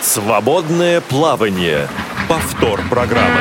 Свободное плавание. Повтор программы.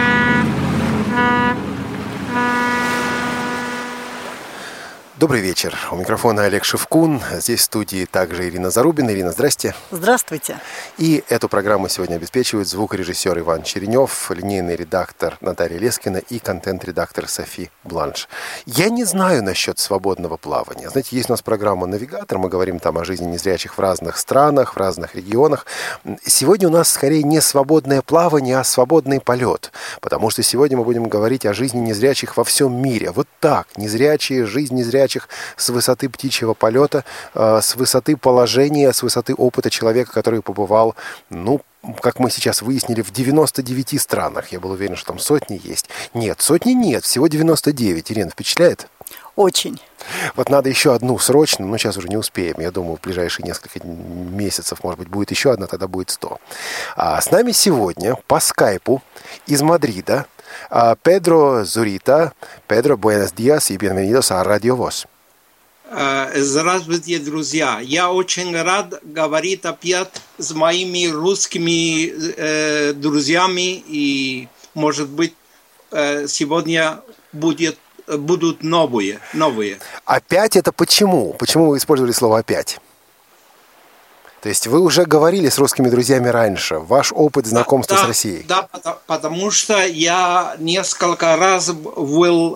Добрый вечер. У микрофона Олег Шевкун. Здесь в студии также Ирина Зарубина. Ирина, здрасте. Здравствуйте. И эту программу сегодня обеспечивают звукорежиссер Иван Черенев, линейный редактор Наталья Лескина и контент-редактор Софи Бланш. Я не знаю насчет свободного плавания. Знаете, есть у нас программа «Навигатор». Мы говорим там о жизни незрячих в разных странах, в разных регионах. Сегодня у нас скорее не свободное плавание, а свободный полет. Потому что сегодня мы будем говорить о жизни незрячих во всем мире. Вот так. Незрячие, жизнь незрячих с высоты птичьего полета, с высоты положения, с высоты опыта человека, который побывал, как мы сейчас выяснили, в 99 странах. Я был уверен, что там сотни есть. Нет, сотни нет, всего 99. Ирина, впечатляет? Очень. Вот надо еще одну срочно, но сейчас уже не успеем. Я думаю, в ближайшие несколько месяцев, может быть, будет еще одна, тогда будет 100. С нами сегодня по скайпу из Мадрида Педро Зурита. Педро, buenos días y bienvenidos a Radio Voz. Здравствуйте, друзья. Я очень рад говорить опять с моими русскими друзьями. И, может быть, сегодня будут новые. Опять это почему? Почему вы использовали слово «опять»? То есть вы уже говорили с русскими друзьями раньше. Ваш опыт знакомства с Россией. Да, потому что я несколько раз был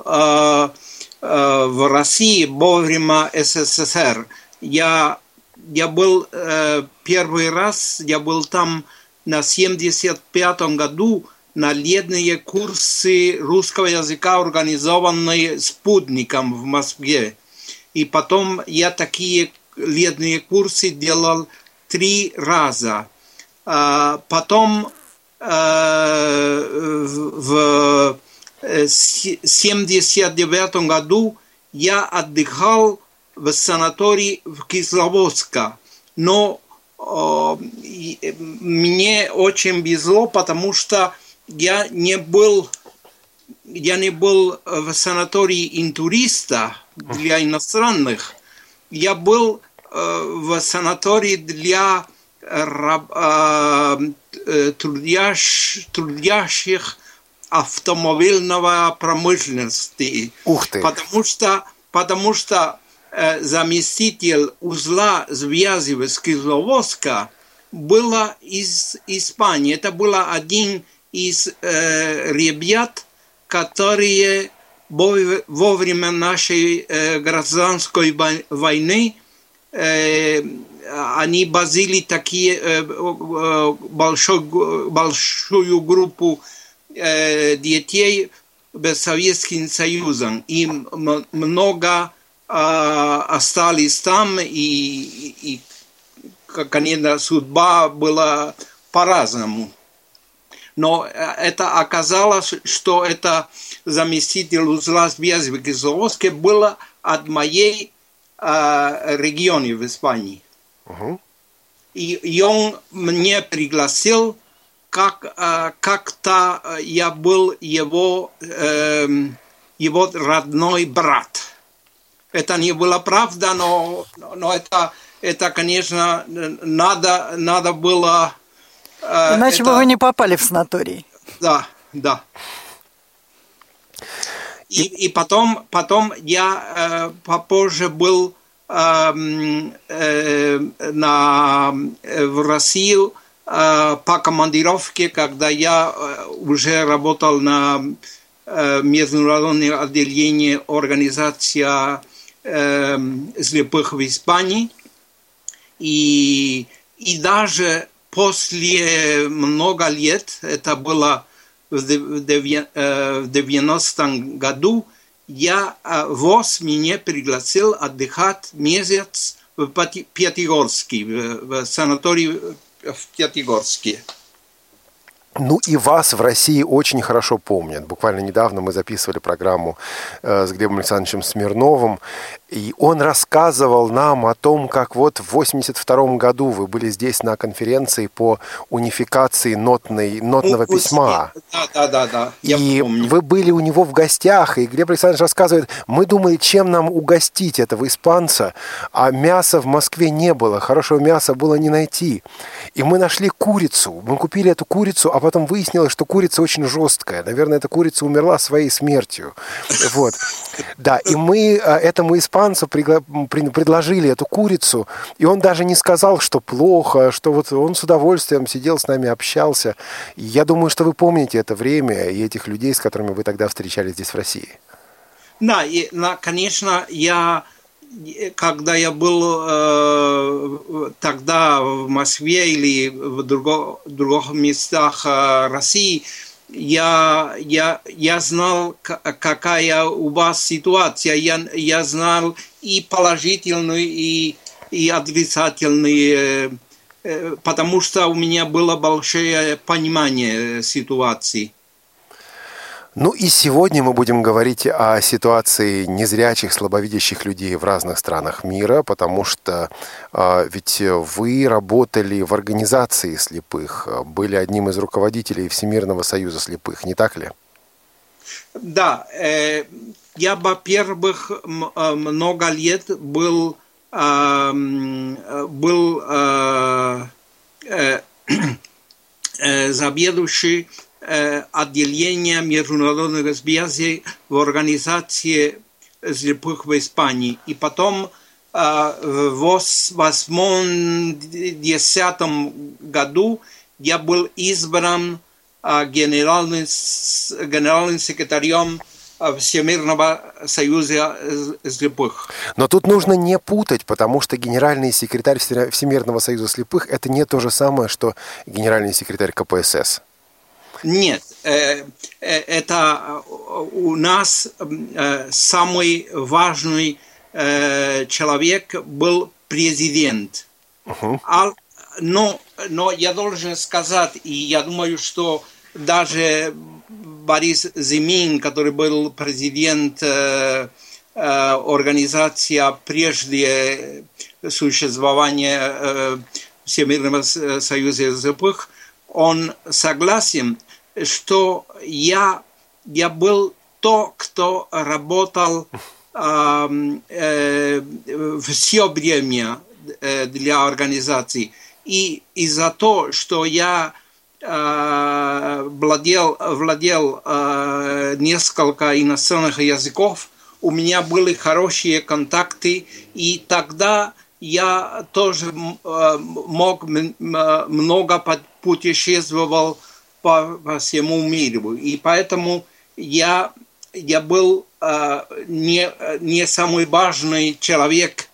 в России во время СССР. Я был первый раз, я был там на 75-м году на летние курсы русского языка, организованные «Спутником» в Москве. И потом я такие летние курсы делал 3 раза. Потом в 1979 году я отдыхал в санатории в Кисловодске. Но мне очень везло, потому что я не был в санатории интуриста для иностранных. Я был в санатории для трудящих автомобильного промышленности. Ух ты! Потому что заместитель узла связи в Кисловодске был из Испании. Это был один из ребят, которые во время нашей гражданской войны они возили большую группу детей в Советским Союзом. И много остались там, и конечно, судьба была по-разному. Но это оказалось, что это заместитель узла связи в Кисловодске было от моей регионе в Испании. Угу. И он мне пригласил, как-то я был его родной брат. Это не была правда, но это, конечно, надо было... Иначе бы вы не попали в санаторий. Да. И потом я попозже был в Россию по командировке, когда я уже работал на международном отделении организации слепых в Испании. И даже после много лет, это было в 90-м году, ВОЗ меня пригласил отдыхать месяц в Пятигорске, в санатории в Пятигорске. И вас в России очень хорошо помнят. Буквально недавно мы записывали программу с Глебом Александровичем Смирновым. И он рассказывал нам о том, как вот в 1982 году вы были здесь на конференции по унификации нотного письма. Да, я помню. И вы были у него в гостях, и Глеб Александрович рассказывает, мы думали, чем нам угостить этого испанца, а мяса в Москве не было, хорошего мяса было не найти. И мы нашли курицу, мы купили эту курицу, а потом выяснилось, что курица очень жесткая. Наверное, эта курица умерла своей смертью. Вот. Да, и мы этому испанцу предложили эту курицу, и он даже не сказал, что плохо, что вот он с удовольствием сидел с нами, общался. И я думаю, что вы помните это время и этих людей, с которыми вы тогда встречались здесь в России. Да, и, конечно, когда я был тогда в Москве или в других местах России, я знал, какая у вас ситуация. Я знал и положительную, и отрицательную, потому что у меня было большое понимание ситуации. Ну и сегодня мы будем говорить о ситуации незрячих, слабовидящих людей в разных странах мира, потому что ведь вы работали в организации слепых, были одним из руководителей Всемирного союза слепых, не так ли? Да, я, во-первых, много лет был заведующий отделение международных связей в организации слепых в Испании. И потом в 1980 году я был избран генеральным секретарем Всемирного союза слепых. Но тут нужно не путать, потому что генеральный секретарь Всемирного союза слепых – это не то же самое, что генеральный секретарь КПСС. Нет, это у нас самый важный человек был президент. Но я должен сказать, и я думаю, что даже Борис Зимин, который был президент организации прежде существования Всемирного союза слепых, он согласен, что я был тот, кто работал все время для организации. И из-за того, что я владел несколько иностранных языков, у меня были хорошие контакты, и тогда я тоже много путешествовал по всему миру. И поэтому я был не самый важный человек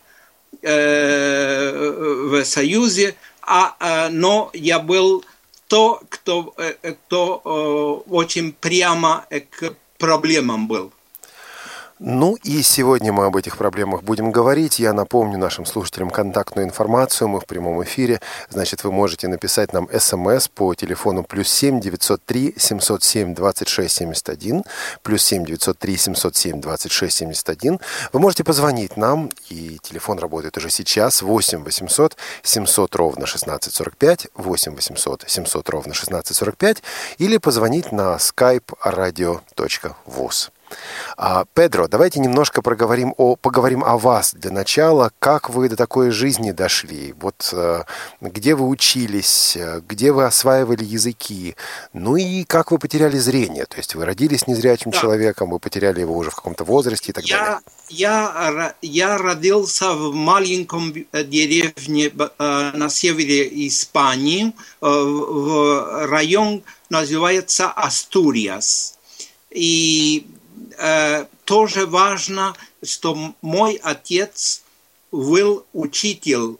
в Союзе, но я был тот, кто очень прямо к проблемам был. Ну и сегодня мы об этих проблемах будем говорить. Я напомню нашим слушателям контактную информацию. Мы в прямом эфире. Значит, вы можете написать нам СМС по телефону +7 903 707 26 71, +7 903 707 26 71. Вы можете позвонить нам, и телефон работает уже сейчас, 8 800 700 ровно 1645, 8 800 700 ровно 1645, или позвонить на skype radio.voz. Педро, давайте немножко поговорим о вас для начала. Как вы до такой жизни дошли? Вот где вы учились, где вы осваивали языки? Ну и как вы потеряли зрение? То есть вы родились незрячим человеком, вы потеряли его уже в каком-то возрасте и так далее. Я родился в маленьком деревне на севере Испании. В район называется Астуриас. И тоже важно, что мой отец был учитель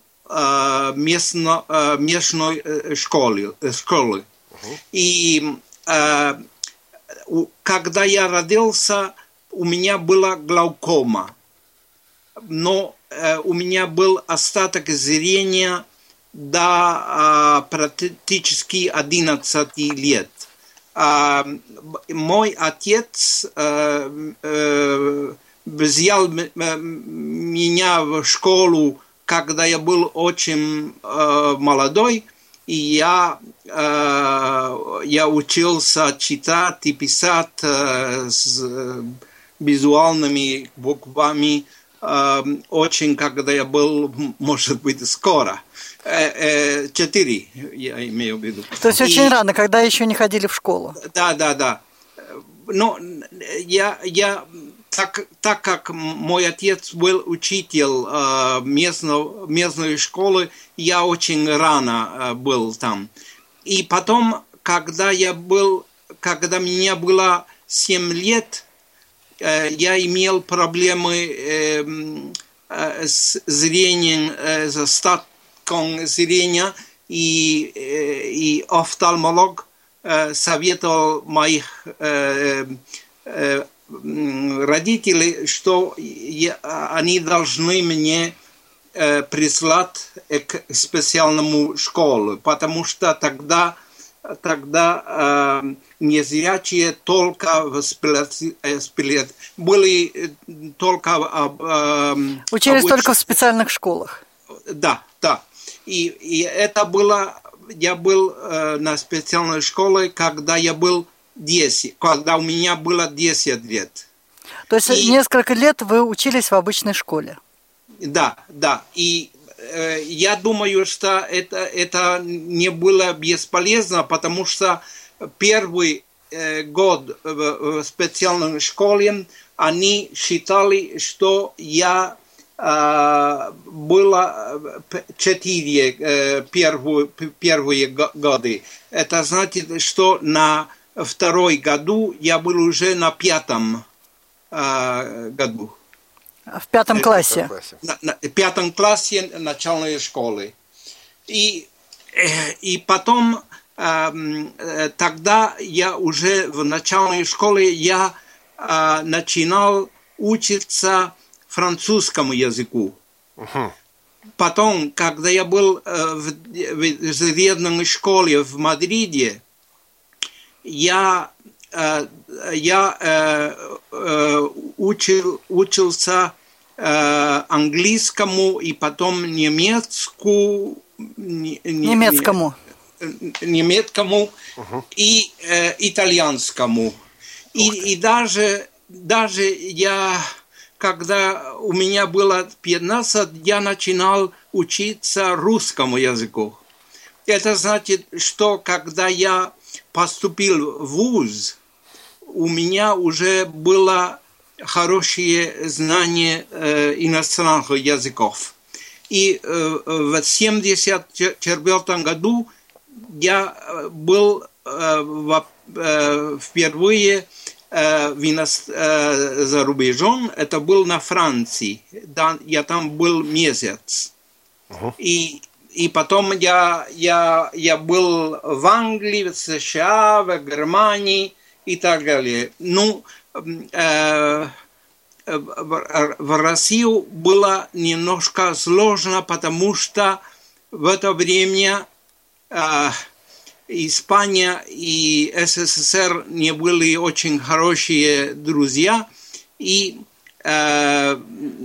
местной школы. И когда я родился, у меня была глаукома, но у меня был остаток зрения до практически 11 лет. Мой отец взял меня в школу, когда я был очень молодой, и я учился читать и писать с визуальными буквами очень, когда я был, может быть, скоро. 4, я имею в виду. То есть очень рано, когда еще не ходили в школу. Да. Но так как мой отец был учитель местной школы, я очень рано был там. И потом, когда мне было 7 лет, я имел проблемы с зрением, с остатком зрения, и офтальмолог советовал моих родителей, что они должны мне прислать к специальному школе, потому что тогда незрячие только были только учились только в специальных школах. Да. И это было, я был на специальной школе, когда у меня было 10 лет. То есть несколько лет вы учились в обычной школе? Да. И я думаю, что это не было бесполезно, потому что первый год в специальной школе они считали, что я было 4 первые годы. Это значит, что на второй году я был уже на 5 году. В 5 классе? В 5 классе начальной школы. И потом, тогда я уже в начальной школе я начинал учиться французскому языку. Потом, когда я был в средней школе в Мадриде, я учился английскому и потом немецкому и итальянскому. И даже я, когда у меня было 15, я начинал учиться русскому языку. Это значит, что когда я поступил в вуз, у меня уже было хорошее знание иностранных языков. И в 1974 году я был впервые за рубежом. Это был на Франции. Я там был месяц. И потом я был в Англии, в США, в Германии и так далее. В Россию было немножко сложно, потому что в это время Испания и СССР не были очень хорошие друзья, и по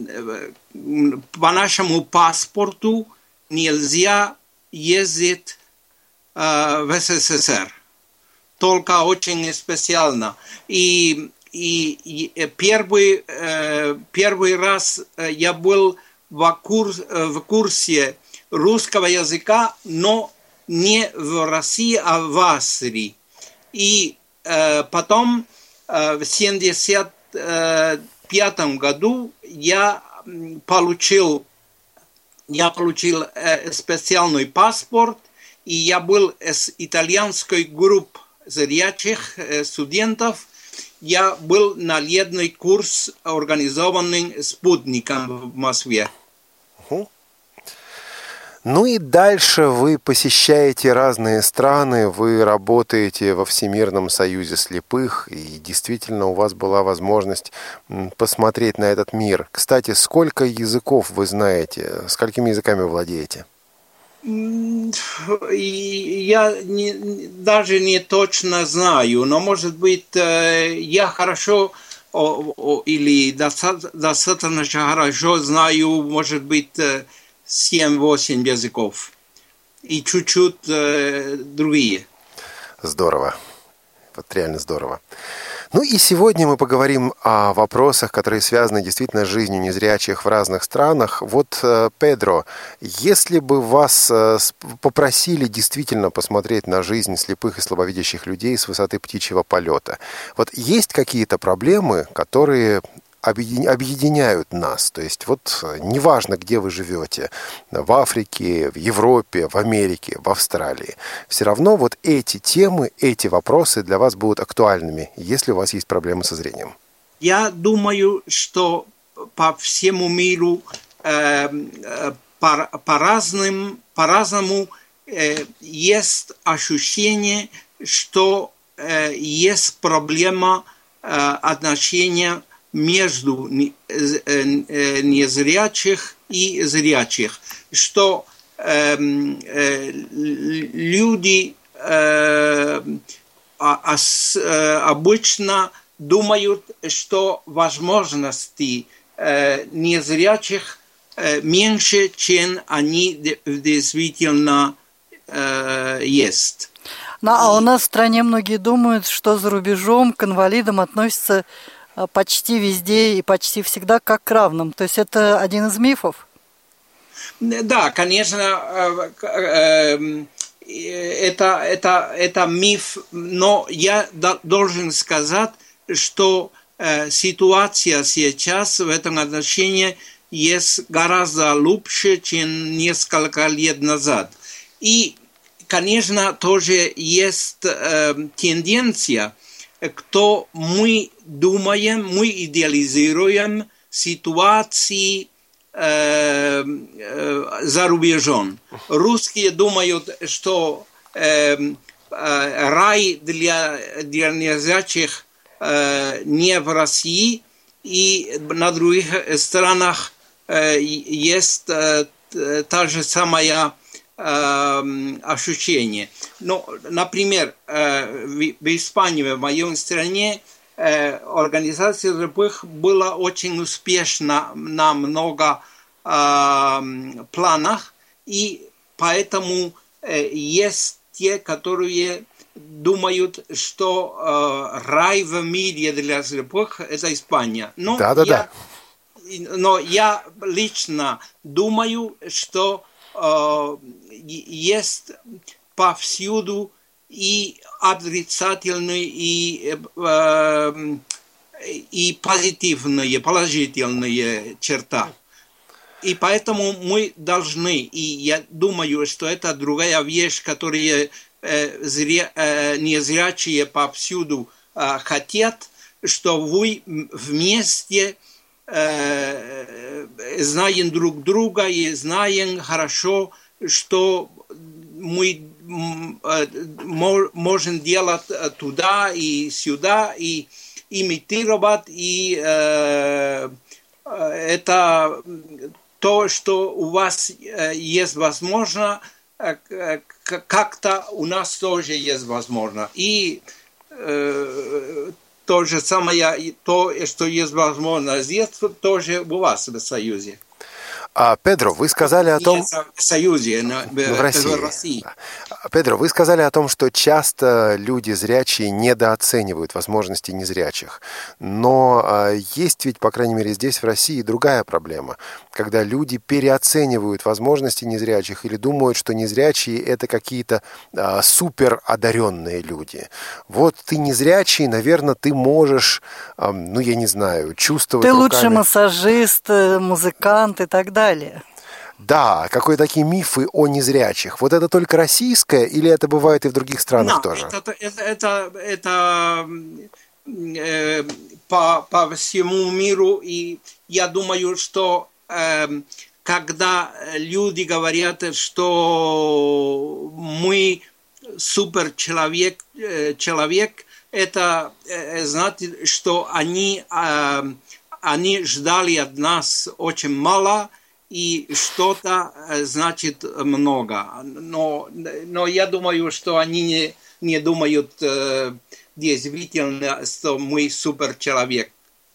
нашему паспорту нельзя ездить в СССР, только очень специально. И первый раз я был в курсе русского языка, но не в России, а в Австрии. И потом в 1975 году я получил специальный паспорт, и я был с итальянской группой зрячих студентов. Я был на летний курс, организованный «Спутником» в Москве. Ну и дальше вы посещаете разные страны, вы работаете во Всемирном союзе слепых, и действительно у вас была возможность посмотреть на этот мир. Кстати, сколько языков вы знаете? Сколькими языками вы владеете? Я даже не точно знаю, но, может быть, я хорошо или достаточно хорошо знаю, может быть, 7-8 языков. И чуть-чуть другие. Здорово. Вот реально здорово. Ну и сегодня мы поговорим о вопросах, которые связаны действительно с жизнью незрячих в разных странах. Вот, Педро, если бы вас попросили действительно посмотреть на жизнь слепых и слабовидящих людей с высоты птичьего полета, вот есть какие-то проблемы, которые объединяют нас? То есть вот неважно, где вы живете, в Африке, в Европе, в Америке, в Австралии, все равно вот эти темы, эти вопросы для вас будут актуальными, если у вас есть проблемы со зрением. Я думаю, что по всему миру по-разному есть ощущение, что есть проблема отношения между незрячих и зрячих, что люди обычно думают, что возможности незрячих меньше, чем они действительно есть. Ну, а у нас в стране многие думают, что за рубежом к инвалидам относятся почти везде и почти всегда как к равным. То есть это один из мифов? Да, конечно, это миф, но я должен сказать, что ситуация сейчас в этом отношении есть гораздо лучше, чем несколько лет назад. И, конечно, тоже есть тенденция, кто мы думаем, мы идеализируем ситуации за рубежом. Русские думают, что рай для незрячих не в России, и на других странах есть та же самая ощущение. Ну, например, в Испании, в моей стране, организация слепых была очень успешна на много планах, и поэтому есть те, которые думают, что рай в мире для слепых – это Испания. Но я лично думаю, что есть повсюду и отрицательные, и позитивные, положительные черты. И поэтому мы должны, и я думаю, что это другая вещь, которую незрячие повсюду хотят, что вы вместе знаем друг друга и знаем хорошо, что мы можем делать туда и сюда, и имитировать, и это то, что у вас есть возможно, как-то у нас тоже есть возможно. И то же самое, то, что есть возможно здесь, тоже у вас в Союзе. Педро, вы сказали о том... В Союзе, в России. Педро, вы сказали о том, что часто люди зрячие недооценивают возможности незрячих. Но есть ведь, по крайней мере, здесь, в России, другая проблема. Когда люди переоценивают возможности незрячих или думают, что незрячие – это какие-то суперодаренные люди. Вот ты незрячий, наверное, ты можешь, ну, я не знаю, чувствовать ты руками... лучший массажист, музыкант и так далее. Да, какие такие мифы о незрячих. Вот это только российское или это бывает и в других странах тоже? Это по всему миру. И я думаю, что когда люди говорят, что мы суперчеловек, это значит, что они ждали от нас очень мало, и что-то значит много. Но я думаю, что они не думают действительно, что мы суперчеловек.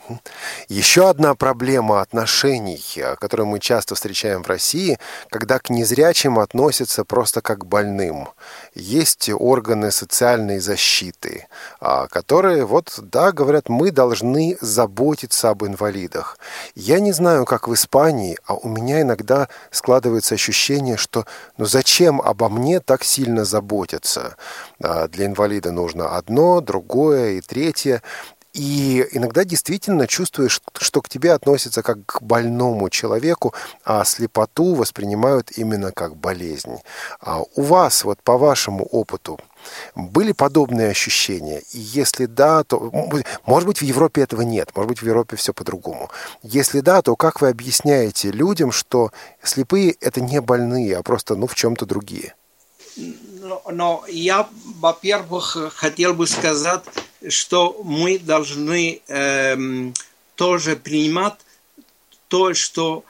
Еще одна проблема отношений, которую мы часто встречаем в России, когда к незрячим относятся просто как к больным. Есть органы социальной защиты, которые, говорят, мы должны заботиться об инвалидах. Я не знаю, как в Испании, а у меня иногда складывается ощущение, что зачем обо мне так сильно заботятся? Для инвалида нужно одно, другое и третье. И иногда действительно чувствуешь, что к тебе относятся как к больному человеку, а слепоту воспринимают именно как болезнь. А у вас, по вашему опыту, были подобные ощущения? И если да, то, может быть, в Европе этого нет, может быть, в Европе все по-другому. Если да, то как вы объясняете людям, что слепые – это не больные, а просто, в чем-то другие? Но я, во-первых, хотел бы сказать, что мы должны тоже принимать то, что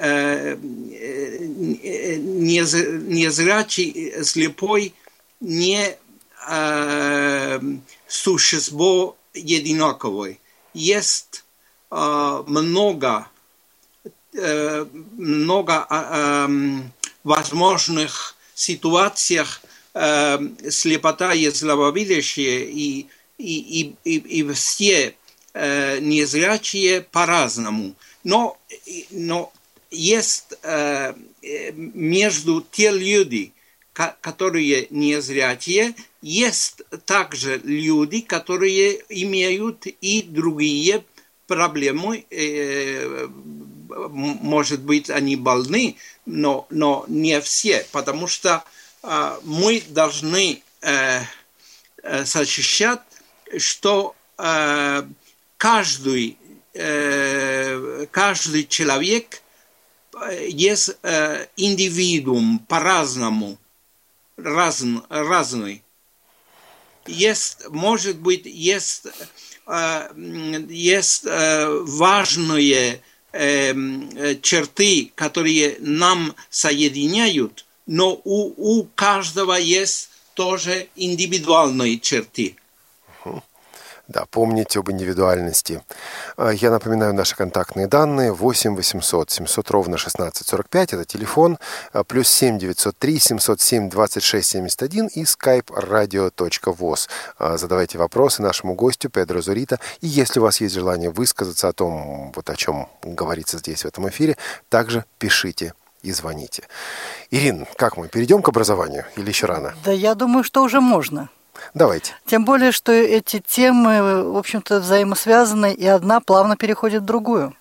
незрячий, слепой не существо одинаковое. Есть много возможных ситуациях слепота и слабовидящие, и все незрячие по-разному. Но есть между те люди, которые незрячие, есть также люди, которые имеют и другие проблемы. Может быть, они больны, но не все, потому что мы должны защищать, что каждый человек есть индивидуум по-разному, разный. Может быть, есть важные черты, которые нам соединяют, но у каждого есть тоже индивидуальные черты. Да, помните об индивидуальности. Я напоминаю наши контактные данные. 8 800 700 ровно 1645. Это телефон. Плюс 7 903 707 26 71 и skype radio.voz. Задавайте вопросы нашему гостю Педро Зурита. И если у вас есть желание высказаться о том, о чем говорится здесь в этом эфире, также пишите и звоните. Ирин, как мы? Перейдем к образованию или еще рано? Да, я думаю, что уже можно. Давайте. Тем более, что эти темы, в общем-то, взаимосвязаны, и одна плавно переходит в другую.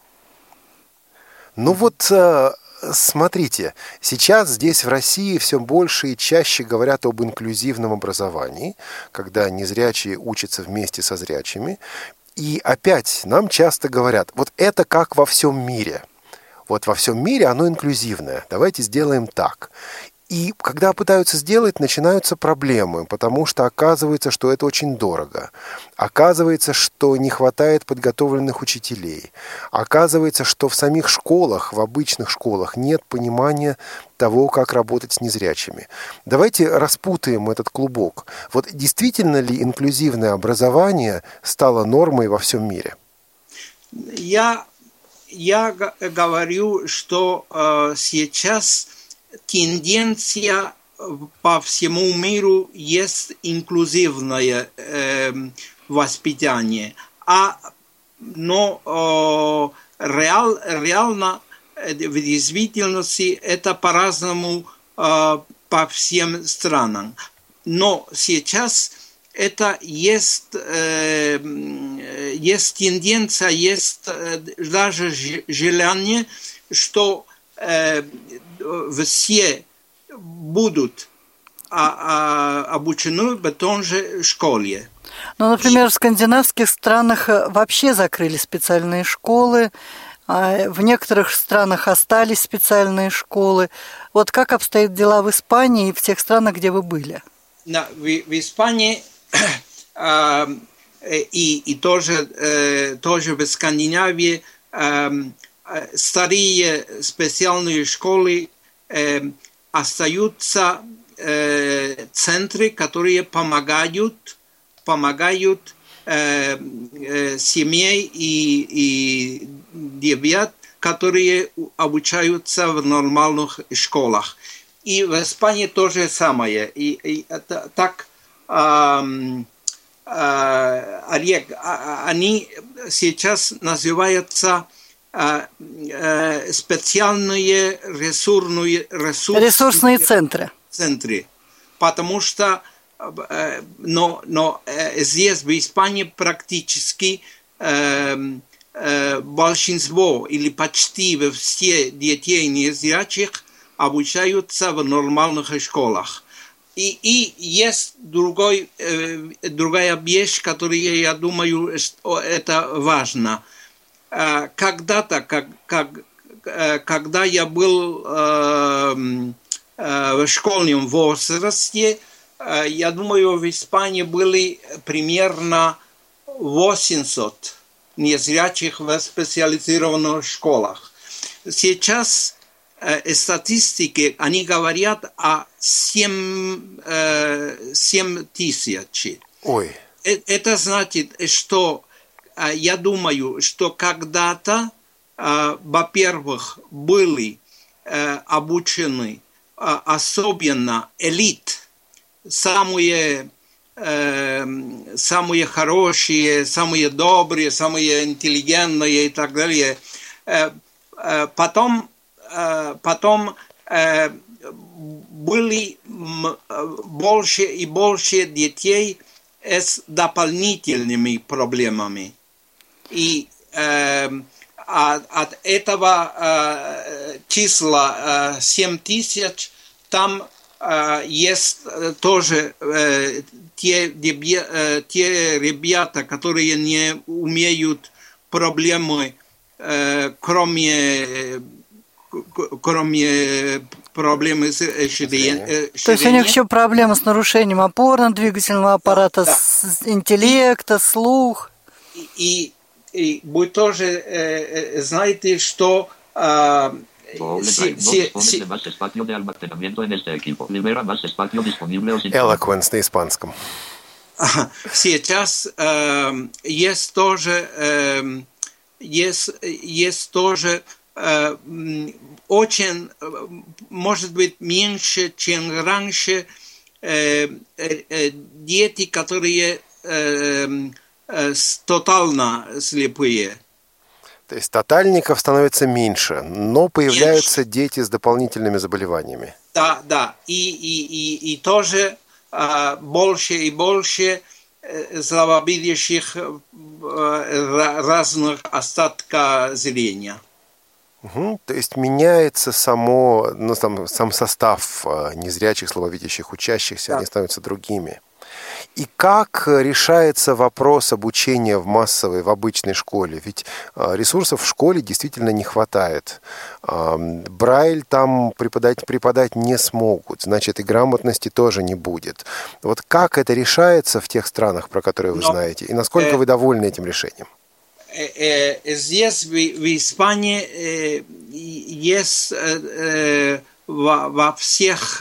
Смотрите, сейчас здесь в России все больше и чаще говорят об инклюзивном образовании, когда незрячие учатся вместе со зрячими. И опять нам часто говорят, это как во всем мире. Во всем мире оно инклюзивное. Давайте сделаем так. И когда пытаются сделать, начинаются проблемы, потому что оказывается, что это очень дорого. Оказывается, что не хватает подготовленных учителей. Оказывается, что в самих школах, в обычных школах нет понимания того, как работать с незрячими. Давайте распутаем этот клубок. Действительно ли инклюзивное образование стало нормой во всем мире? Я говорю, что сейчас тенденция по всему миру есть инклюзивное воспитание, но реально в действительности это по-разному по всем странам. Но сейчас это есть тенденция, есть даже желание, что все будут обучены в том же школе. Например, в скандинавских странах вообще закрыли специальные школы, а в некоторых странах остались специальные школы. Как обстоят дела в Испании и в тех странах, где вы были? В Испании и тоже в Скандинавии старые специальные школы остаются центры, которые помогают семей и девят, которые обучаются в нормальных школах. И в Испании то же самое. И это, так, Олег, они сейчас называются специальные ресурсные центры. Потому что но здесь, в Испании, практически большинство или почти все детей незрячих обучаются в нормальных школах. И есть другая вещь, которую я думаю, что это важно. Когда-то, когда я был в школьном возрасте, я думаю, в Испании были примерно 800 незрячих в специализированных школах. Сейчас статистики, они говорят о 7 тысяч. Ой. Это значит, что я думаю, что когда-то, во-первых, были обучены особенно элит, самые хорошие, самые добрые, самые интеллигентные и так далее. Потом были больше и больше детей с дополнительными проблемами. И от этого числа 7 тысяч там есть тоже те ребята, которые не умеют проблемы, кроме проблемы с зрением. То есть у них еще проблемы с нарушением опорно-двигательного аппарата, с интеллекта, слух. И вы тоже знаете, что Eloquence на испанском. Сейчас есть тоже очень, может быть, меньше, чем раньше, дети, которые тотально слепые. То есть тотальников становится меньше, но появляются дети с дополнительными заболеваниями. Да. И тоже больше и больше слабовидящих разных остатков зрения. Угу. То есть меняется сам состав незрячих, слабовидящих учащихся, они становятся другими. И как решается вопрос обучения в обычной школе? Ведь ресурсов в школе действительно не хватает. Брайль там преподать не смогут, значит, и грамотности тоже не будет. Вот как это решается в тех странах, про которые вы знаете, и насколько вы довольны этим решением? Здесь, в Испании, есть во всех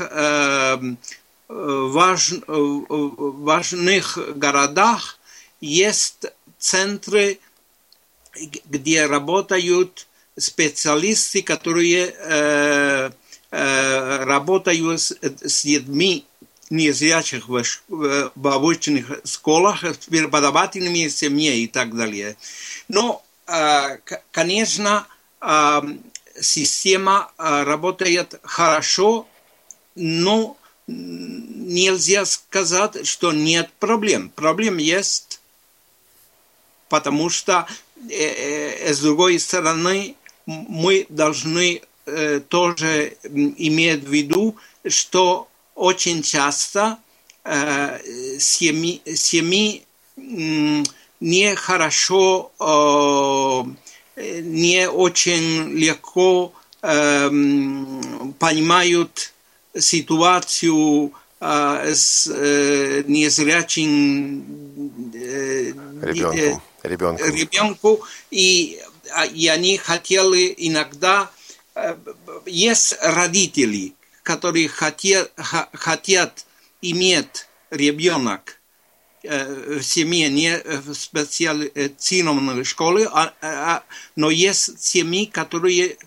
важных городах есть центры, где работают специалисты, которые работают с детьми незрячих в обычных школах, с преподавателями семьи и так далее. Но, конечно, система работает хорошо, но нельзя сказать, что нет проблем. Проблем есть, потому что, с другой стороны, мы должны тоже иметь в виду, что очень часто семьи нехорошо, не очень легко понимают ситуацию с незрячим ребенку, и они хотели иногда... Есть родители, которые хотят иметь ребенок в семье, не в специализированной школе, но есть семьи, которые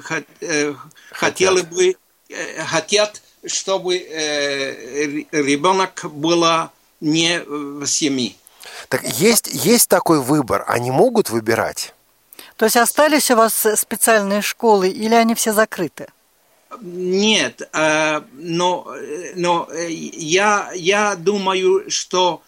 хотят, чтобы ребенок был не в семье. Так есть такой выбор, они могут выбирать? То есть остались у вас специальные школы или они все закрыты? Нет, но я думаю, что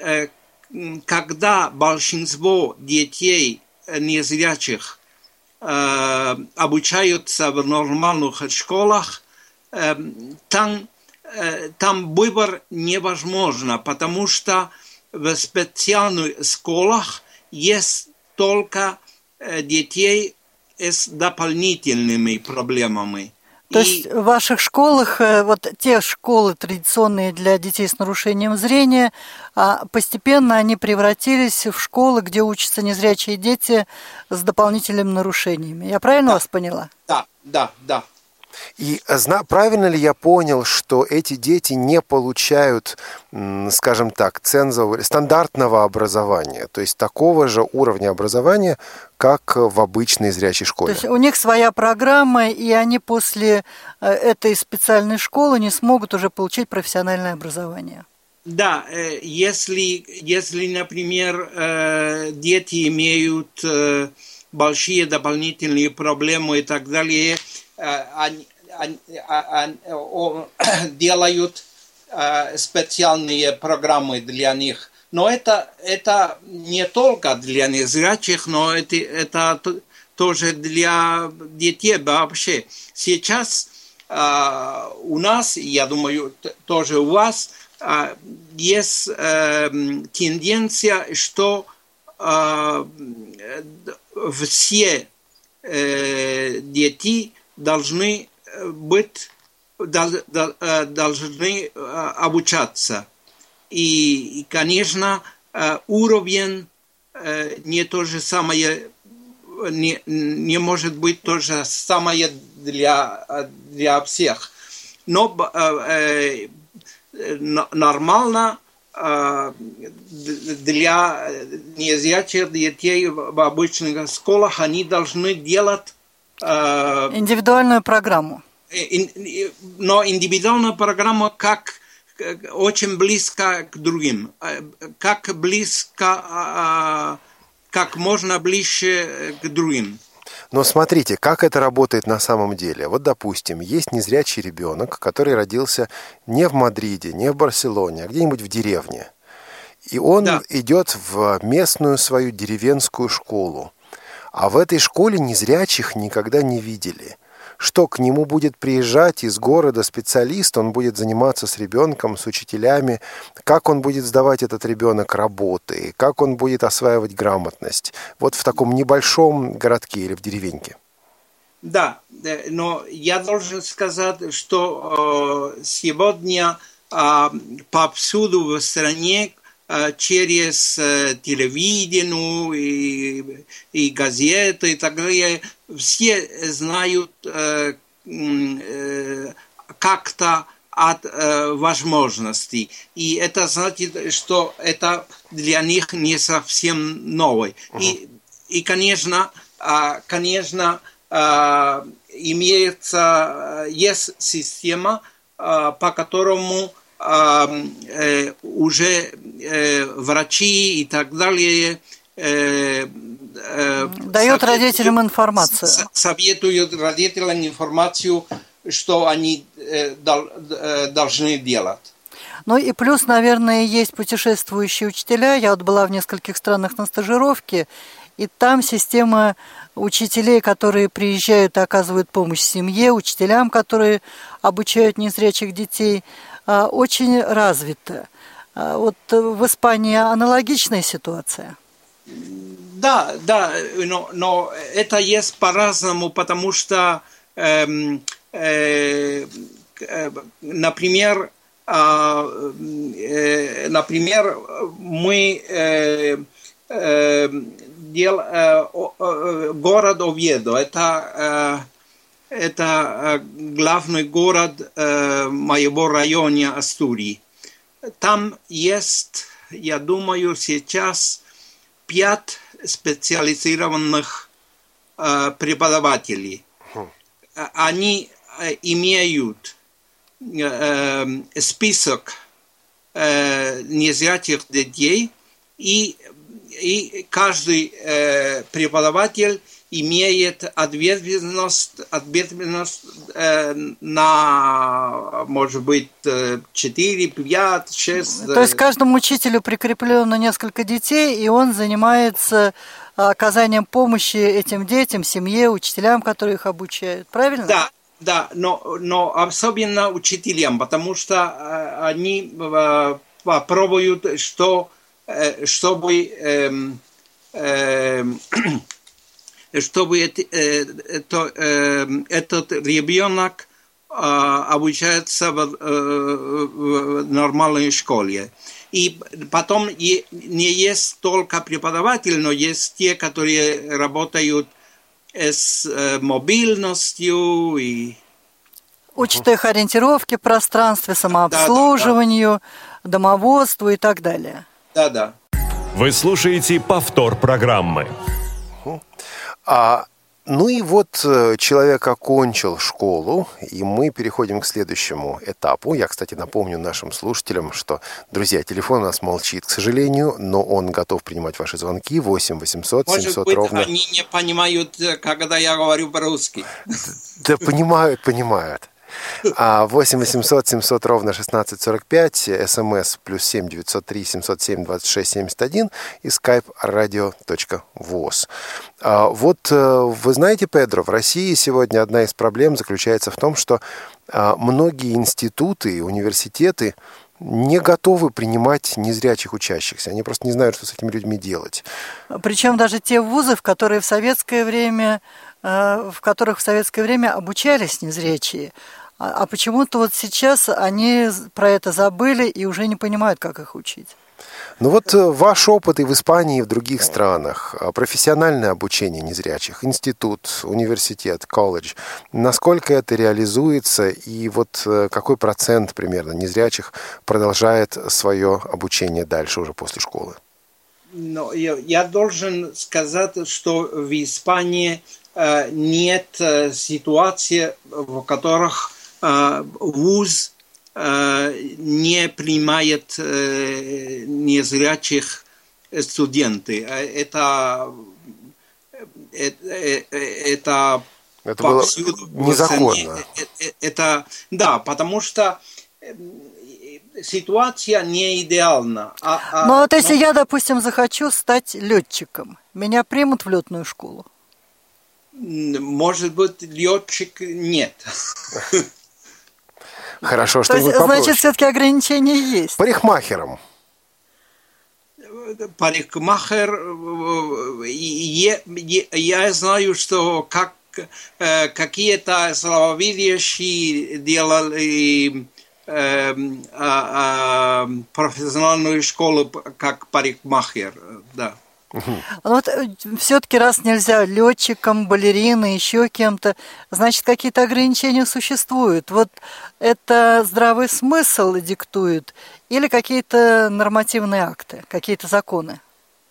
когда большинство детей незрячих обучаются в нормальных школах, там выбор невозможно, потому что в специальных школах есть только детей с дополнительными проблемами. То есть в ваших школах, вот те школы традиционные для детей с нарушением зрения, постепенно они превратились в школы, где учатся незрячие дети с дополнительными нарушениями. Я правильно вас поняла? Да. И правильно ли я понял, что эти дети не получают, скажем так, стандартного образования, то есть такого же уровня образования, как в обычной зрячей школе? То есть у них своя программа, и они после этой специальной школы не смогут уже получить профессиональное образование? Да, если, например, дети имеют большие дополнительные проблемы и так далее, они делают специальные программы для них. Но это не только для незрячих, но это тоже для детей вообще. Сейчас у нас, я думаю, тоже у вас, есть тенденция, что все дети должны обучаться. И, конечно, уровень не то же самое, не может быть то же самое для всех. Но нормально для незрячих детей в обычных школах они должны делать индивидуальную программу. Но индивидуальная программа очень близко к другим, как можно ближе к другим. Но смотрите, как это работает на самом деле. Вот, допустим, есть незрячий ребенок, который родился не в Мадриде, не в Барселоне, а где-нибудь в деревне. И он идет в местную свою деревенскую школу. А в этой школе незрячих никогда не видели. Что к нему будет приезжать из города специалист, он будет заниматься с ребенком, с учителями, как он будет сдавать этот ребенок работы, как он будет осваивать грамотность. Вот в таком небольшом городке или в деревеньке. Да, но я должен сказать, что сегодня повсюду в стране через телевидение и газеты и так далее, все знают как-то от возможностей. И это значит, что это для них не совсем новое. И конечно, есть система, по которому уже врачи и так далее дают родителям информацию. Советуют родителям информацию, что они должны делать. Ну и плюс, наверное, есть путешествующие учителя. Я вот была в нескольких странах на стажировке, и там система учителей, которые приезжают и оказывают помощь семье, учителям, которые обучают незрячих детей, очень развита. Вот в Испании аналогичная ситуация? Да, но это есть по-разному, потому что, например, мы город Овьедо, это главный город моего района Астурии. Там есть я думаю, сейчас 5 специализированных преподавателей. Они имеют список незрячих детей, и каждый преподаватель имеет ответственность на, может быть, 4, 5, 6... То есть каждому учителю прикреплено несколько детей, и он занимается оказанием помощи этим детям, семье, учителям, которые их обучают. Правильно? Да, но особенно учителям, потому что они попробуют, чтобы этот ребенок обучается в нормальной школе. И потом не есть только преподаватели, но есть те, которые работают с мобильностью и... Учат их ориентировке в пространстве, самообслуживанию, домоводству и так далее. Да. Вы слушаете повтор программы. Ну и вот человек окончил школу, и мы переходим к следующему этапу. Я, кстати, напомню нашим слушателям, что, друзья, телефон у нас молчит, к сожалению, но он готов принимать ваши звонки. 8 800 700 Может быть, ровно... они не понимают, когда я говорю по-русски. Да понимают. 8 800 700 ровно 1645, СМС +7 903 707 26 71 и skype radio.voz. Вот вы знаете, Педро, в России сегодня одна из проблем заключается в том, что многие институты и университеты не готовы принимать незрячих учащихся. Они просто не знают, что с этими людьми делать. Причем даже те вузы, в которых в советское время обучались незрячие, а почему-то вот сейчас они про это забыли и уже не понимают, как их учить. Ну вот ваш опыт и в Испании, и в других странах, профессиональное обучение незрячих, институт, университет, колледж, насколько это реализуется и вот какой процент примерно незрячих продолжает свое обучение дальше уже после школы? Но я должен сказать, что в Испании нет ситуации, в которых вуз не принимает незрячих студентов. Это было незаконно. Потому что ситуация не идеальна. Ну вот если я, допустим, захочу стать летчиком, меня примут в летную школу? Может быть, летчик нет. Хорошо, что-нибудь попроще. Значит, все-таки ограничения есть. Парикмахером. Парикмахер, я знаю, что какие-то слабовидящие делали профессиональную школу как парикмахер, да. Вот все-таки раз нельзя летчиком, балериной, еще кем-то, значит, какие-то ограничения существуют. Вот это здравый смысл диктует или какие-то нормативные акты, какие-то законы?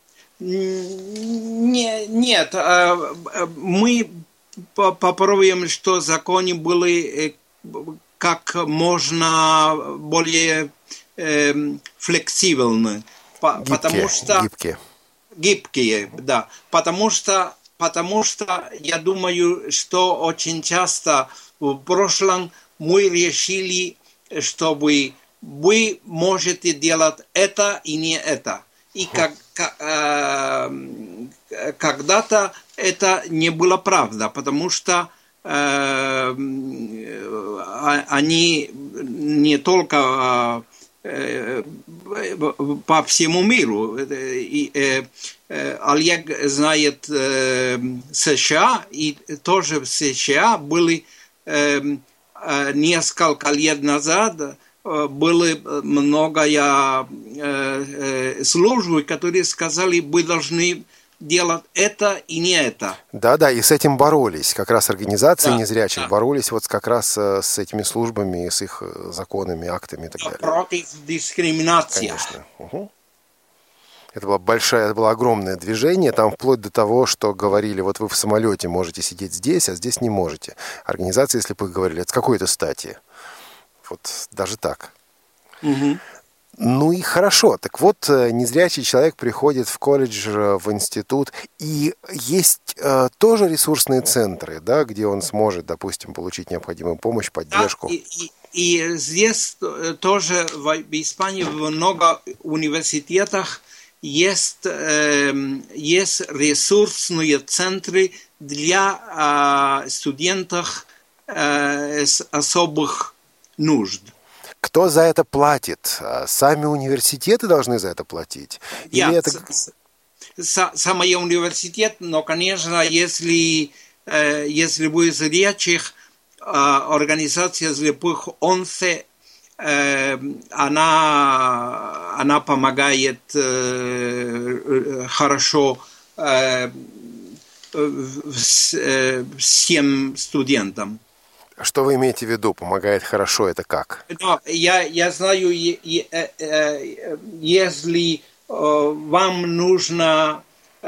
Нет, мы попробуем, что законы были как можно более флексибельны. Гибкие, да. Потому что я думаю, что очень часто в прошлом мы решили, чтобы вы можете делать это и не это. И когда-то это не было правда, потому что они не только по всему миру. Олег знает США, и тоже в США были несколько лет назад было много служб, которые сказали, вы должны делать это и не это. Да, и с этим боролись. Как раз организации незрячих боролись вот как раз с этими службами, с их законами, актами и так далее. Против дискриминации. Конечно. Это было огромное движение, там вплоть до того, что говорили, вот вы в самолете можете сидеть здесь, а здесь не можете. Организации слепых говорили, это с какой-то стати. Вот даже так. Угу. Ну и хорошо. Так вот, незрячий человек приходит в колледж, в институт, и есть тоже ресурсные центры, да, где он сможет, допустим, получить необходимую помощь, поддержку. Да, и здесь тоже в Испании в много университетах есть ресурсные центры для студентов с особых нужд. Кто за это платит? Сами университеты должны за это платить? Или это... Сам университет, но, конечно, если вы зрячих, организация слепых ОНСЕ, она помогает хорошо всем студентам. Что вы имеете в виду? Помогает хорошо, это как? Но я знаю, если вам нужно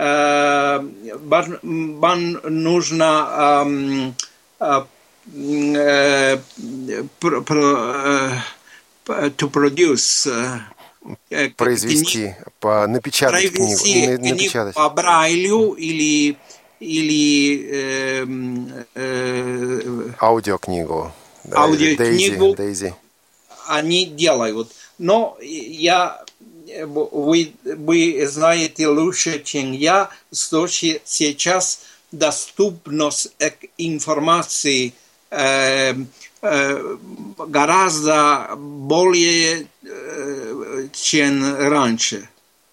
to produce произвести, напечатать книгу, напечатать. По Брайлю или аудиокнигу. Да, аудиокнигу Дейзи. Они делают. Но вы знаете лучше, чем я, что сейчас доступность к информации гораздо более, чем раньше.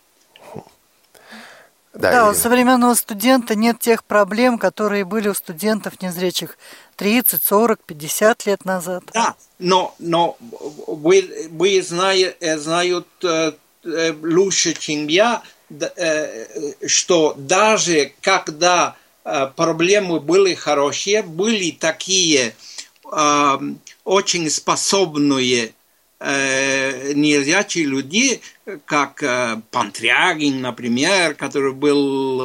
Да, у современного студента нет тех проблем, которые были у студентов незрячих 30, 40, 50 лет назад. Да, но вы знают лучше, чем я, что даже когда проблемы были хорошие, были такие очень способные незрячие люди, как Пантрягин, например, который был,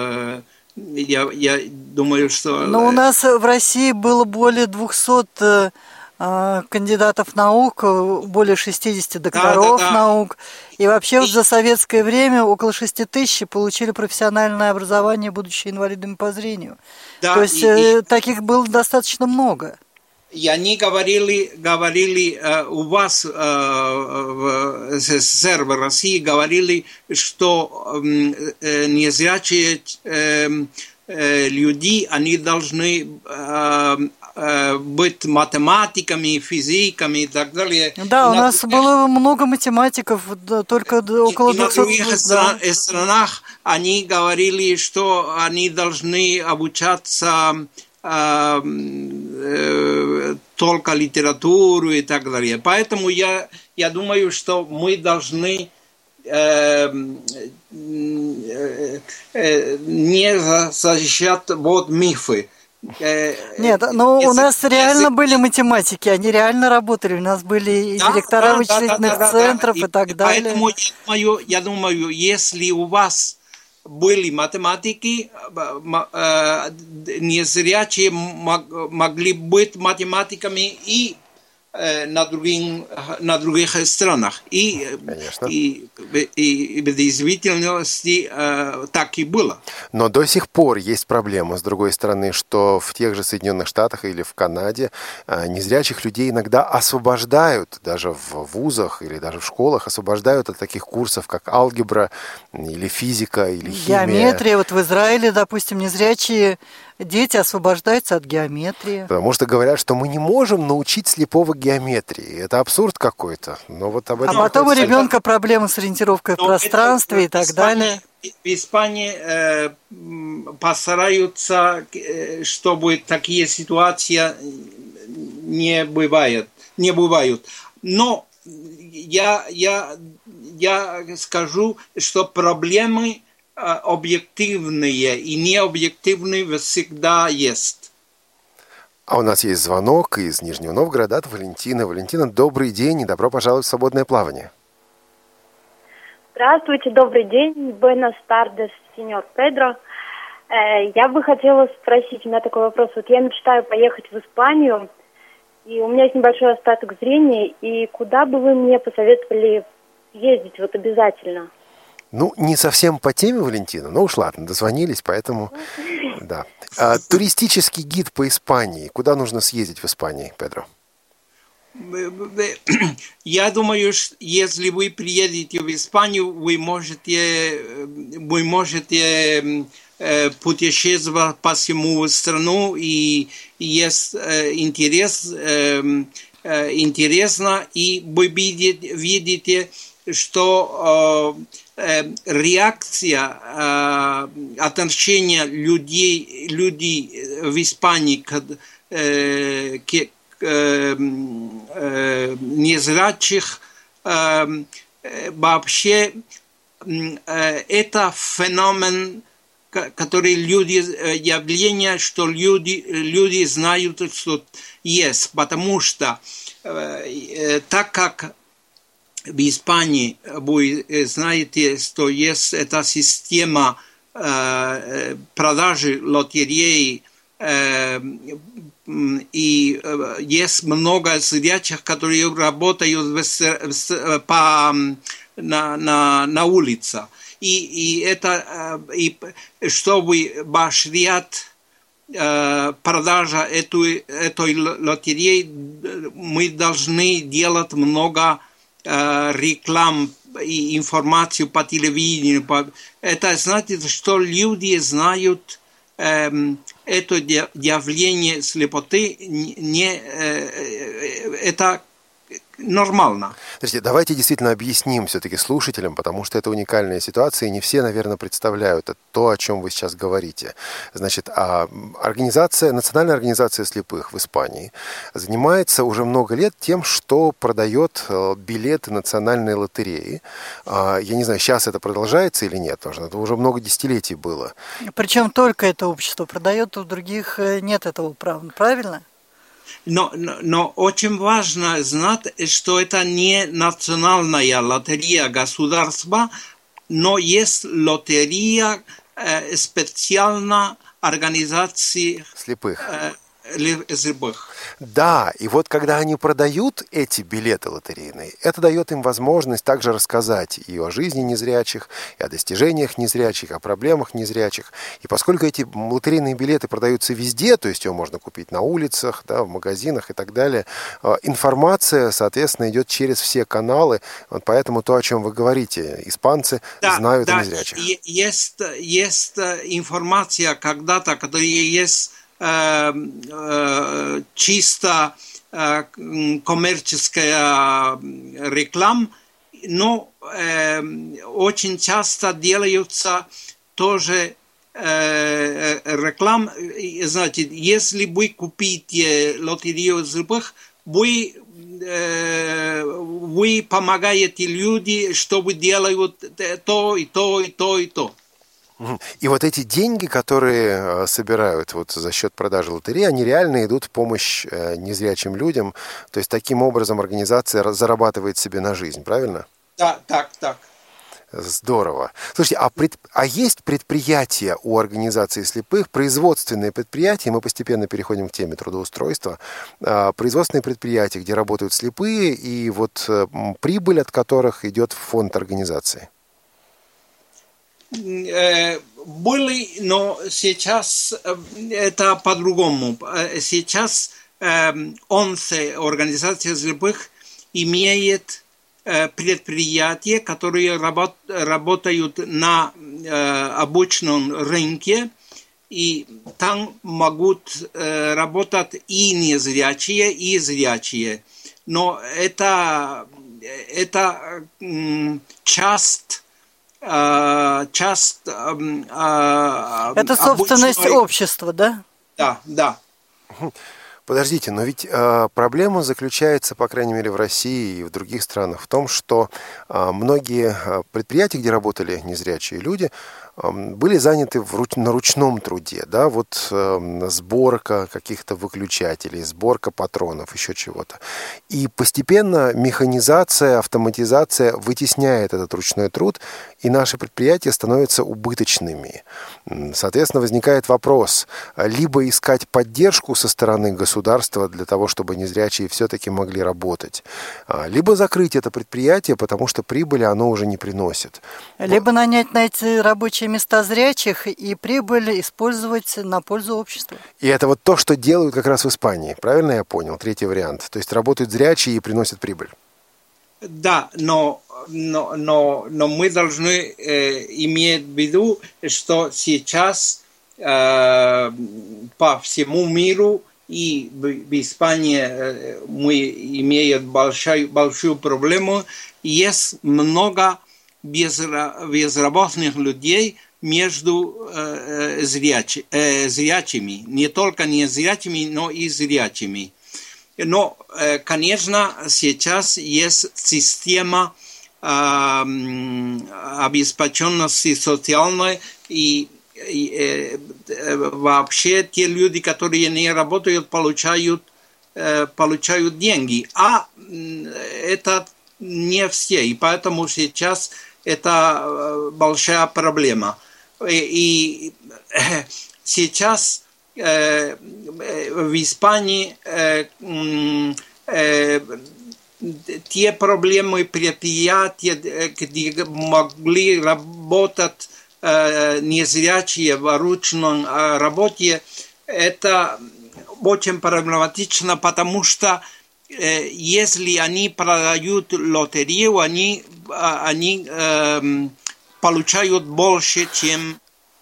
я думаю, что... Но у нас в России было более 200 кандидатов наук, более 60 докторов наук. И вообще вот за советское время около 6 тысяч получили профессиональное образование, будучи инвалидами по зрению. Да, то есть таких было достаточно много. И они говорили у вас в СССР, в России, говорили, что незрячие люди, они должны быть математиками, физиками и так далее. Да, у нас было много математиков, только около 200. На других странах они говорили, что они должны обучаться только литературу и так далее. Поэтому я думаю, что мы должны не защищать вот мифы. Нет, но у нас реально были математики, они реально работали, у нас были и директора вычислительных центров и так далее. Поэтому я думаю, если у вас были математики, незрячие могли быть математиками и на других странах. И в действительности так и было. Но до сих пор есть проблема, с другой стороны, что в тех же Соединенных Штатах или в Канаде незрячих людей иногда освобождают, даже в вузах или даже в школах, освобождают от таких курсов, как алгебра или физика или химия. Геометрия. Вот в Израиле, допустим, незрячие дети освобождаются от геометрии. Потому что говорят, что мы не можем научить слепого геометрии. Это абсурд какой-то. Но вот об этом потом у ребенка проблемы с ориентировкой в пространстве и так далее. В Испании постараются, чтобы такие ситуации не бывают. Но я скажу, что проблемы объективные и необъективные всегда есть. А у нас есть звонок из Нижнего Новгорода от Валентины. Валентина, добрый день и добро пожаловать в свободное плавание. Здравствуйте, добрый день. Buenas tardes, сеньор Педро. Я бы хотела спросить, у меня такой вопрос. Вот я мечтаю поехать в Испанию, и у меня есть небольшой остаток зрения, и куда бы вы мне посоветовали ездить вот обязательно? Ну, не совсем по теме, Валентина, но уж ладно, дозвонились, поэтому да. Туристический гид по Испании. Куда нужно съездить в Испании, Педро? Я думаю, что если вы приедете в Испанию, вы можете путешествовать по всему страну, и есть интересно, и вы видите, что реакция, отношение людей в Испании к незрячих, вообще это феномен, который явление, что люди знают, что есть, потому что так как в Испании вы знаете, что есть эта система продажи лотереи, и есть много зрячих, которые работают на улице. И чтобы поощрять продажа этой лотереи, мы должны делать много реклам и информацию по телевидению. Это значит, что люди знают это явление слепоты, это нормально. Подождите, давайте действительно объясним все-таки слушателям, потому что это уникальная ситуация, и не все, наверное, представляют то, о чем вы сейчас говорите. Значит, Национальная организация слепых в Испании занимается уже много лет тем, что продает билеты национальной лотереи. Я не знаю, сейчас это продолжается или нет, потому что это уже много десятилетий было. Причем только это общество продает, у других нет этого права, правильно? Но очень важно знать, что это не национальная лотерея государства, но есть лотерея специальной организации слепых. Да, и вот когда они продают эти билеты лотерейные, это дает им возможность также рассказать и о жизни незрячих, и о достижениях незрячих, о проблемах незрячих. И поскольку эти лотерейные билеты продаются везде, то есть его можно купить на улицах, да, в магазинах и так далее, информация, соответственно, идет через все каналы. Вот поэтому то, о чем вы говорите, испанцы знают о незрячих. Есть информация когда-то, которая есть чисто коммерческая реклама, но очень часто делаются тоже рекламы. Значит, если вы купите лотерею слепых, вы помогаете людям, чтобы делают то, и то, и то, и то. И вот эти деньги, которые собирают вот за счет продажи лотереи, они реально идут в помощь незрячим людям. То есть таким образом организация зарабатывает себе на жизнь, правильно? Да, так. Здорово. Слушайте, а есть предприятия у организации слепых, производственные предприятия, мы постепенно переходим к теме трудоустройства, производственные предприятия, где работают слепые, и вот прибыль от которых идет в фонд организации? Были, но сейчас это по-другому. Сейчас 11 организаций слепых имеют предприятия, которые работают на обычном рынке, и там могут работать и незрячие, и зрячие. Но это часть это собственность общества, да? Да. Подождите, но ведь проблема заключается, по крайней мере, в России и в других странах в том, что многие предприятия, где работали незрячие люди, были заняты на ручном труде, да, вот сборка каких-то выключателей, сборка патронов, еще чего-то. И постепенно механизация, автоматизация вытесняет этот ручной труд, и наши предприятия становятся убыточными. Соответственно, возникает вопрос, либо искать поддержку со стороны государства для того, чтобы незрячие все-таки могли работать, либо закрыть это предприятие, потому что прибыли оно уже не приносит. Либо нанять на эти рабочие места зрячих и прибыль использовать на пользу общества. И это вот то, что делают как раз в Испании. Правильно я понял? Третий вариант. То есть работают зрячие и приносят прибыль. Да, но мы должны иметь в виду, что сейчас по всему миру и в Испании мы имеем большую проблему. Есть много безработных людей между зрячими. Не только незрячими, но и зрячими. Но, конечно, сейчас есть система обеспеченности социальной, и вообще те люди, которые не работают, получают деньги. А это не все, и поэтому сейчас это большая проблема. И сейчас в Испании те проблемы предприятия, где могли работать незрячие в ручной работе, это очень проблематично, потому что если они продают лотерею, они получают больше, чем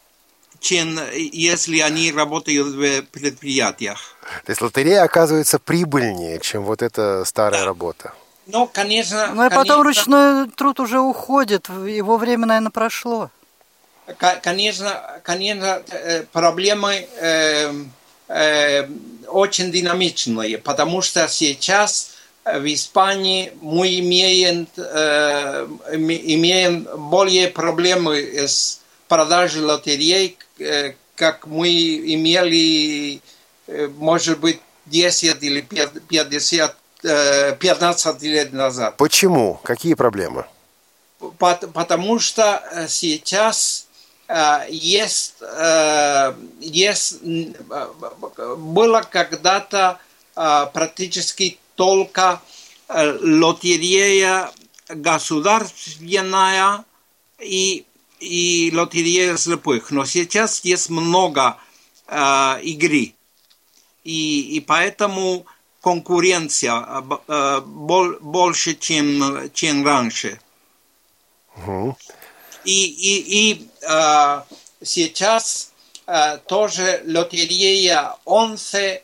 если они работают в предприятиях. То есть лотерея оказывается прибыльнее, чем вот эта старая работа. Ну, конечно. Ну, и потом ручной труд уже уходит, его время, наверное, прошло. Конечно, проблемы очень динамичные, потому что сейчас в Испании мы имеем более проблемы с продажей лотерей, как мы имели, может быть, 10 или 15 лет назад. Почему? Какие проблемы? Потому что сейчас было когда-то практически только лотерея государственная и лотерея слепых. Но сейчас есть много игры. И поэтому конкуренция больше, чем раньше. Угу. И сейчас тоже лотерея 11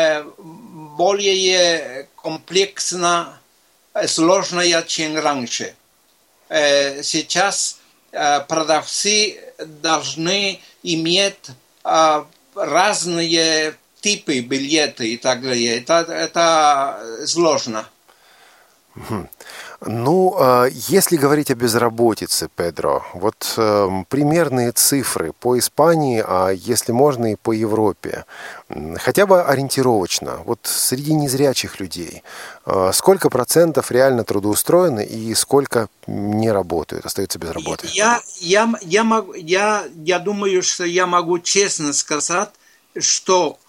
более комплексна, сложная, чем раньше. Сейчас продавцы должны иметь разные типы билетов и так далее. Это сложно. Ну, если говорить о безработице, Педро, вот примерные цифры по Испании, а если можно и по Европе, хотя бы ориентировочно, вот среди незрячих людей, сколько процентов реально трудоустроены и сколько не работают, остаются без работы? Я думаю, что я могу честно сказать, что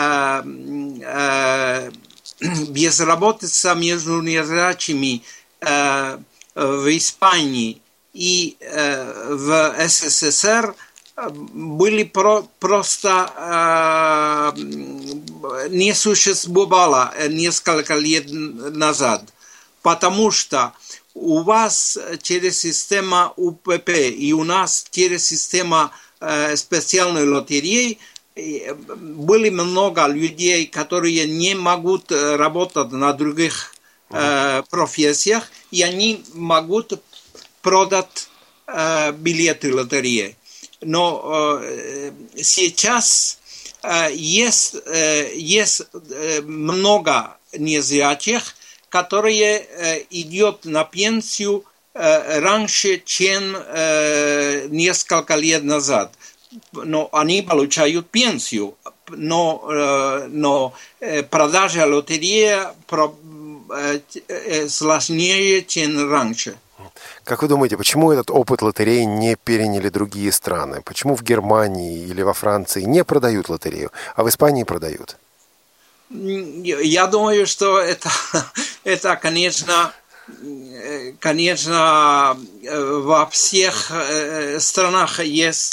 безработица между незрячими в Испании и в СССР были просто не существовало несколько лет назад, потому что у вас через систему УПП и у нас через систему специальной лотереи были много людей, которые не могут работать на других профессиях, и они могут продать билеты лотереи. Но сейчас есть много незрячих, которые идут на пенсию раньше, чем несколько лет назад. Но они получают пенсию, но продажа лотереи сложнее, чем раньше. Как вы думаете, почему этот опыт лотереи не переняли другие страны? Почему в Германии или во Франции не продают лотерею, а в Испании продают? Я думаю, что это конечно, во всех странах есть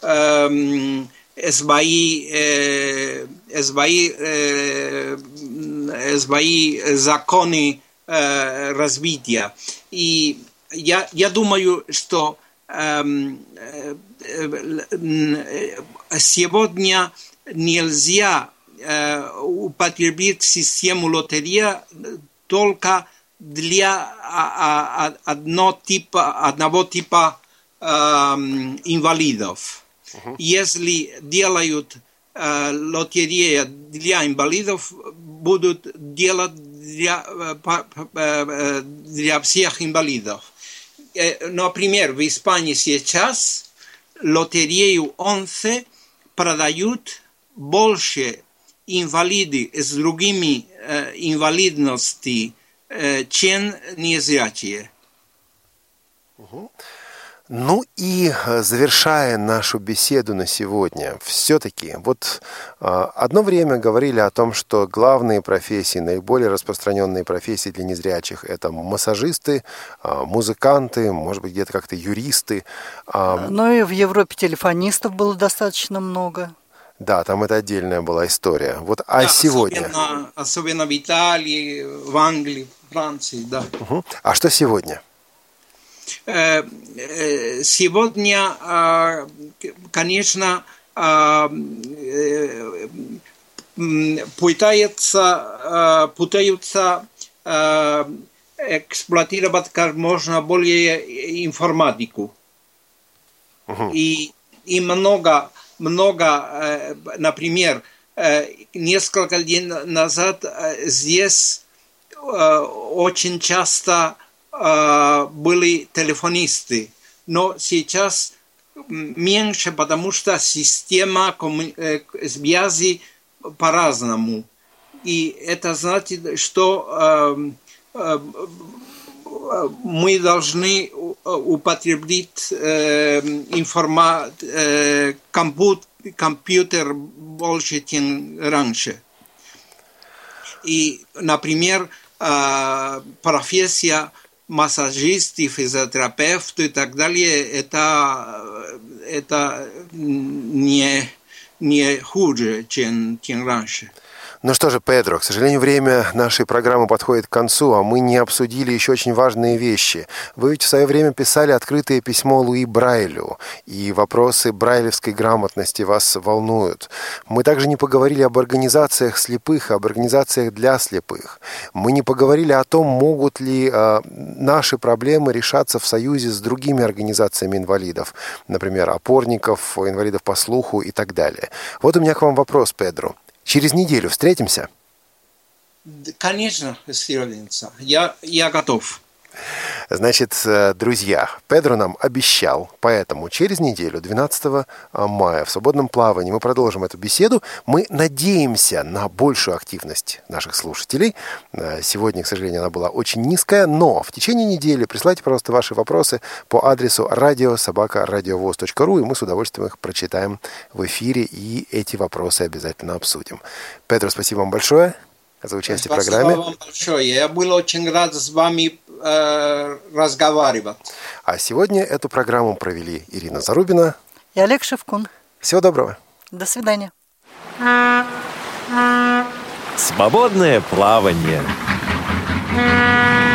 свои законы развития. И я думаю, что сегодня нельзя употребить систему лотереи только для одного типа инвалидов. Если делают лотерею для инвалидов, будут делать для всех инвалидов. Например, в Испании сейчас лотерею 11 продают больше инвалиды с другими инвалидностями, чем незрячие. Ну и завершая нашу беседу на сегодня, все-таки вот одно время говорили о том, что главные профессии, наиболее распространенные профессии для незрячих — это массажисты, музыканты, может быть, где-то как-то юристы. Ну и в Европе телефонистов было достаточно много. Да, там это отдельная была история. Вот, а сегодня? Особенно в Италии, в Англии, в Франции, да. А что сегодня? Сегодня, конечно, пытаются эксплуатировать как можно более информатику. И много, например, несколько лет назад здесь очень часто были телефонисты, но сейчас меньше, потому что система связи по-разному. И это значит, что мы должны употреблять компьютер больше, чем раньше. И, например, профессия массажисты, физиотерапевты и так далее, это не хуже, чем раньше. Ну что же, Педро, к сожалению, время нашей программы подходит к концу, а мы не обсудили еще очень важные вещи. Вы ведь в свое время писали открытое письмо Луи Брайлю, и вопросы брайлевской грамотности вас волнуют. Мы также не поговорили об организациях слепых, об организациях для слепых. Мы не поговорили о том, могут ли наши проблемы решаться в союзе с другими организациями инвалидов, например, опорников, инвалидов по слуху и так далее. Вот у меня к вам вопрос, Педро. Через неделю встретимся? Конечно, встретимся. Я готов. Значит, друзья, Педро нам обещал, поэтому через неделю, 12 мая, в свободном плавании мы продолжим эту беседу. Мы надеемся на большую активность наших слушателей. Сегодня, к сожалению, она была очень низкая, но в течение недели присылайте, пожалуйста, ваши вопросы по адресу radio@radiovoz.ru, и мы с удовольствием их прочитаем в эфире и эти вопросы обязательно обсудим. Педро, спасибо вам большое за участие в программе. Спасибо вам большое. Я был очень рад с вами разговаривать. А сегодня эту программу провели Ирина Зарубина и Олег Шевкун. Всего доброго. До свидания. Свободное плавание.